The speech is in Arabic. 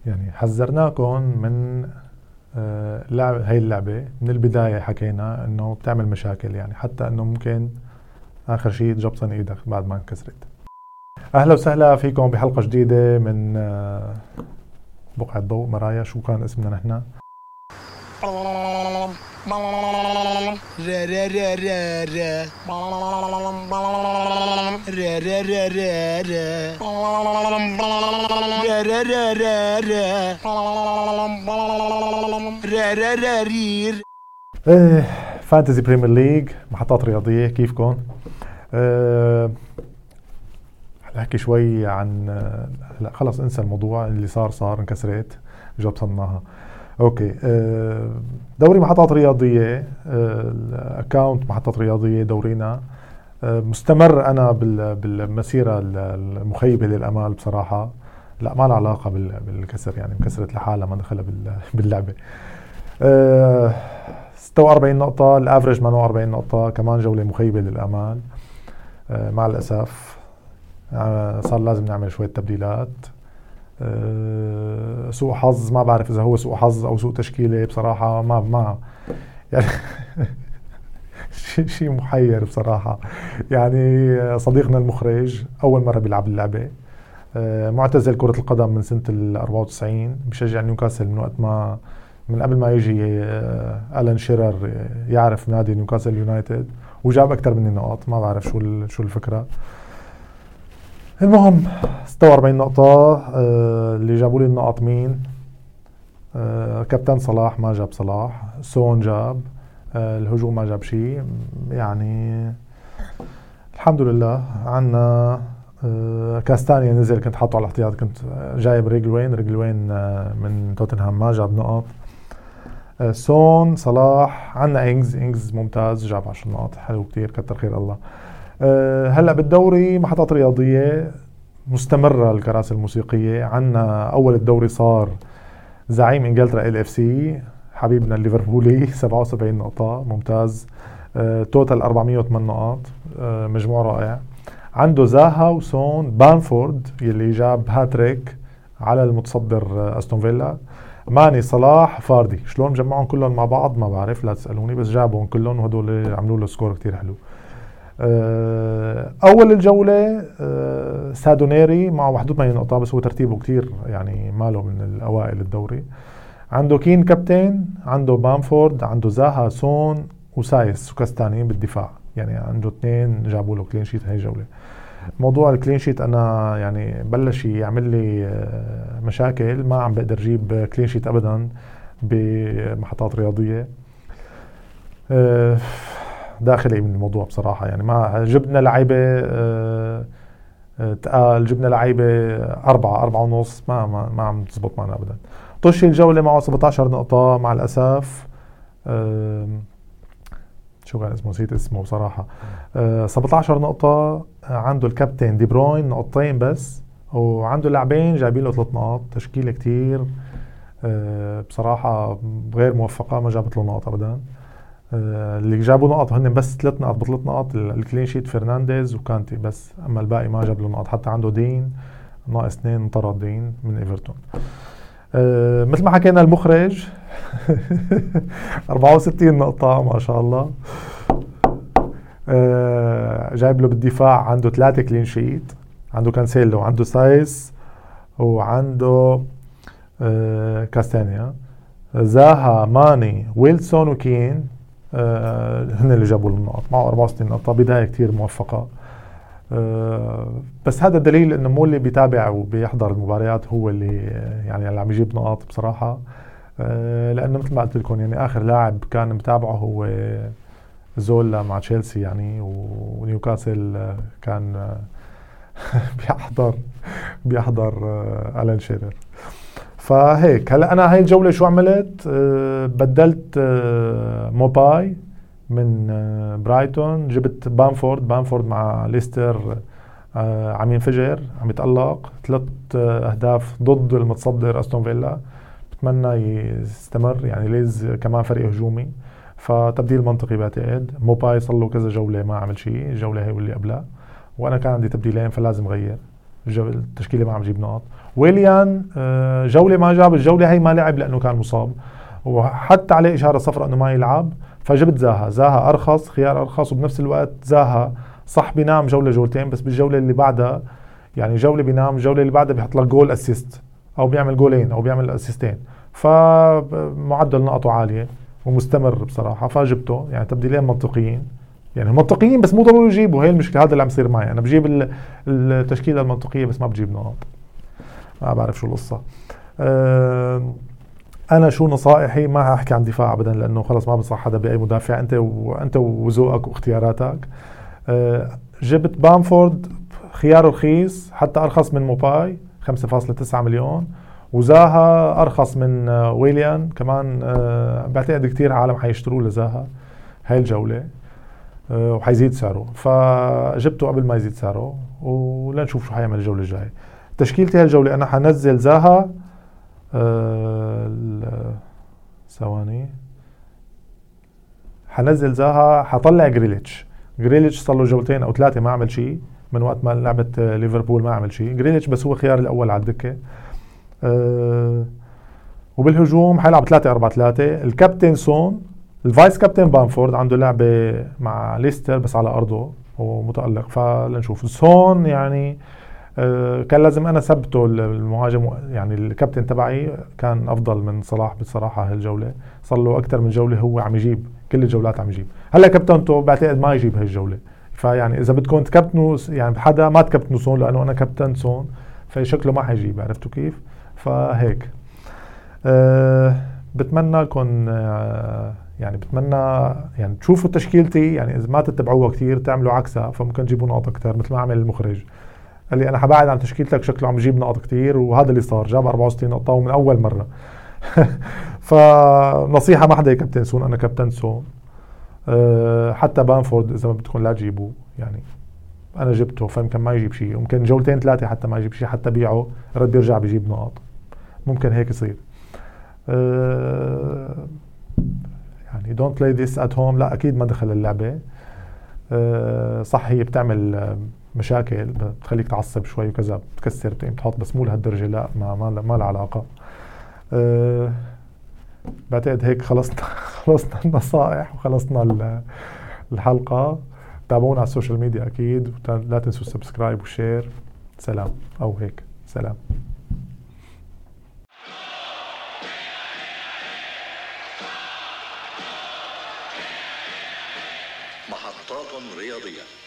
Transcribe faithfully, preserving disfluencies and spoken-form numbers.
يعني حذرناكم من آه لعب هاي اللعبة من البداية. حكينا انه بتعمل مشاكل، يعني حتى انه ممكن اخر شيء تجبصن ايدك بعد ما انكسرت. اهلا وسهلا فيكم بحلقة جديدة من آه بقعة ضوء مرايا. شو كان اسمنا نحن؟ ايه فانتزي بريمير ليج، محطات رياضية. كيفكم؟ أه نحكي شوي عن لا خلص انسى الموضوع اللي صار صار انكسرت جبصناها. اوكي. أه دوري محطات رياضية، الاكاونت أه محطات رياضية دورينا أه مستمر. انا بالمسيرة المخيبة للامال بصراحة. لا ما لها علاقة بالكسر، يعني انكسرت لحالها ما دخلها باللعبة. أه ستة وأربعين نقطة، الافريج ثمانية وأربعين نقطة، كمان جولة مخيبة للامال. أه مع الاسف أه صار لازم نعمل شوية تبديلات. أه سوء حظ، ما بعرف اذا هو سوء حظ او سوء تشكيلة بصراحة. ما ما يعني شيء شيء محير بصراحة. يعني صديقنا المخرج اول مرة بيلعب اللعبة، أه معتزل كرة القدم من سنة الأربعة وتسعين، بشجع نيوكاسل من وقت ما من قبل ما يجي ألان شيرر يعرف نادي نيوكاسل يونايتد، وجاب أكتر مني نقاط. ما بعرف شو شو الفكرة. المهم ستة وأربعين نقطة. آه اللي جابوا لي النقط مين؟ آه كابتن صلاح ما جاب صلاح، سون جاب، آه الهجوم ما جاب شيء. يعني الحمد لله. عنا آه كاستانيا نزل، كنت حاطه على الاحتياط، كنت جايب رجلوين رجلوين آه من توتنهام ما جاب نقط. آه سون صلاح. عنا إنجز إنجز ممتاز جاب عشر نقاط، حلو كتير، كتر خير الله. أه هلأ بالدوري محطات رياضية مستمرة الكراسي الموسيقية. عنا أول الدوري صار زعيم إنجلترا ال اف سي حبيبنا الليفربولي سبعة وسبعين نقطة، ممتاز. أه توتال أربعمية وثمانية نقاط، أه مجموع رائع. عنده زاها وسون بامفورد يلي جاب هاتريك على المتصدر أستون فيلا، ماني صلاح فاردي. شلون جمعهم كلهم مع بعض ما بعرف، لا تسألوني، بس جابهم كلهم وهدول عملوا له سكور كتير حلو. اول الجولة سادونيري مع واحد وثمانين نقطة، بس هو ترتيبه كتير يعني ماله من الاوائل الدوري. عنده كين كابتن، عنده بامفورد، عنده زاها، سون وسايس وكاستاني بالدفاع. يعني عنده اثنين جابوا له كلين شيت هاي الجولة. موضوع الكلين شيت انا يعني بلش يعمل لي مشاكل، ما عم بقدر اجيب كلين شيت ابدا بمحطات رياضية. داخلي من الموضوع بصراحة. يعني ما جبنا لعيبة أه تقال، جبنا لعيبة أربعة أربعة ونص، ما ما, ما عم تزبط معنا أبدا. طشي الجولة معه سبعة عشر نقطة مع الأسف. أه شو كان اسمه؟ نسيت اسمه بصراحة. أه سبعة عشر نقطة. عنده الكابتن دي بروين نقطتين بس، وعنده لاعبين جايبين له ثلاث نقاط. تشكيلة كتير أه بصراحة غير موفقة، ما جابت له نقط أبدا. اللي جابوا نقط هن بس ثلاث نقط بثلاث نقط، الكلين شيت فرنانديز وكانتي بس، اما الباقي ما جاب له نقط. حتى عنده دين ناقص اثنين، انطرد دين من ايفرتون. أه مثل ما حكينا المخرج أربعة وستين نقطة ما شاء الله. أه جايب له بالدفاع عنده ثلاثة كلين شيت، عنده كانسيلو، عنده سايس، وعنده أه كاستانيا. زاها، ماني، ويلسون وكين آه هن اللي جابوا النقط، معه أربعة وستين نقطة. بداية كتير موفقة. آه بس هذا دليل انه مو اللي بيتابع وبيحضر المباريات هو اللي يعني اللي عم يجيب نقاط بصراحة. آه لانه مثل ما قلت لكم، يعني اخر لاعب كان متابعه هو زولا مع تشيلسي، يعني ونيوكاسل كان بيحضر بيحضر آه ألان شيرر. فهيك هلا انا هاي الجوله شو عملت؟ أه بدلت أه موباي من أه برايتون، جبت بامفورد بامفورد مع ليستر. أه عم ينفجر، عم يتألق، ثلاث أه اهداف ضد المتصدر استون فيلا. بتمنى يستمر، يعني ليز كمان فريق هجومي، فتبديل منطقي بعتقد. موباي صار له كذا جوله ما عمل شيء، الجوله هي واللي قبلها، وانا كان عندي تبديلين فلازم غير. التشكيلة ما عم يجيب نقط. ويليان جولة ما جاب، الجولة هي ما لعب لأنه كان مصاب، وحتى عليه إشارة صفراء أنه ما يلعب، فجبت زاها. زاها أرخص، خيار أرخص، وبنفس الوقت زاها صح بينام جولة جولتين، بس بالجولة اللي بعدها يعني جولة بينام، الجولة اللي بعدها بيحط لك جول أسيست أو بيعمل جولين أو بيعمل أسيستين، فمعدل نقطه عالية ومستمر بصراحة، فجبته. يعني تبديلين منطقيين، يعني منطقيين بس مو ضروري يجيبوا، هي المشكلة. هذا اللي عم يصير معي، أنا بجيب التشكيلة المنطقية بس ما بجيب نقط، ما بعرف شو القصة. أه أنا شو نصائحي؟ ما أحكي عن دفاع أبدا لأنه خلص ما بنصح حدا بأي مدافع، أنت وأنت وذوقك واختياراتك. أه جبت بامفورد خيار رخيص، حتى أرخص من موباي خمسة فاصلة تسعة مليون، وزاها أرخص من ويليان كمان. أه بعتقد كتير عالم حيشتروا لزاها هاي الجولة أه وحيزيد سعره، فجبته قبل ما يزيد سعره، ولنشوف شو حيعمل الجولة الجاية. تشكيلتي هالجولة أنا حنزل زاها أه ثواني حنزل زاها، حطلع جريليتش. جريليتش صار له جولتين أو ثلاثة ما عمل شيء من وقت ما لعبت ليفربول، ما عمل شيء جريليتش، بس هو خيار الأول على الدكة. أه وبالهجوم حيلعب ثلاثة أربعة ثلاثة. الكابتن سون، الفايس كابتن بامفورد عنده لعبة مع ليستر بس على أرضه ومتألق، فلنشوف. سون يعني أه كان لازم أنا ثبته المهاجم، يعني الكابتن تبعي كان أفضل من صلاح بصراحة هالجولة، صار له أكثر من جولة هو عم يجيب، كل الجولات عم يجيب. هلا كابتنته بعتقد ما يجيب هالجولة، فيعني إذا بدكم تكابتنوا يعني حدا ما تكابتنوا سون، لأنه أنا كابتن سون فشكله ما حيجيب، عرفتوا كيف؟ فهيك أه بتمنى لكم أه يعني بتمنى يعني تشوفوا تشكيلتي، يعني إذا ما تتبعوها كتير تعملوا عكسها، فممكن تجيبوا نقط أكتر. مثل ما عمل المخرج قال لي أنا حبعد عن تشكيلتك، شكله عم يجيب نقط كتير، وهذا اللي صار، جاب أربعة وستين نقطة ومن أول مرة. فنصيحة ما حدا يكابتن سون، أنا كابتن سون. أه حتى بامفورد إذا ما بدكم لا تجيبوا، يعني أنا جبته فيمكن ما يجيب شيء، ممكن جولتين ثلاثة حتى ما يجيب شيء، حتى بيعه رد يرجع بيجيب نقط، ممكن هيك يصير. أه يعني don't play this at home، لا أكيد ما دخل اللعبة. أه صح هي بتعمل مشاكل، بتخليك تعصب شوي وكذا، بتكسر بتحط، بس مو لهالدرجة، لا ما ما ما لها علاقة. أه بعتقد هيك خلصنا خلصنا النصائح وخلصنا الحلقة. تابعونا على السوشيال ميديا أكيد، لا تنسوا السبسكرايب والشير. سلام، أو هيك سلام. محطات رياضية.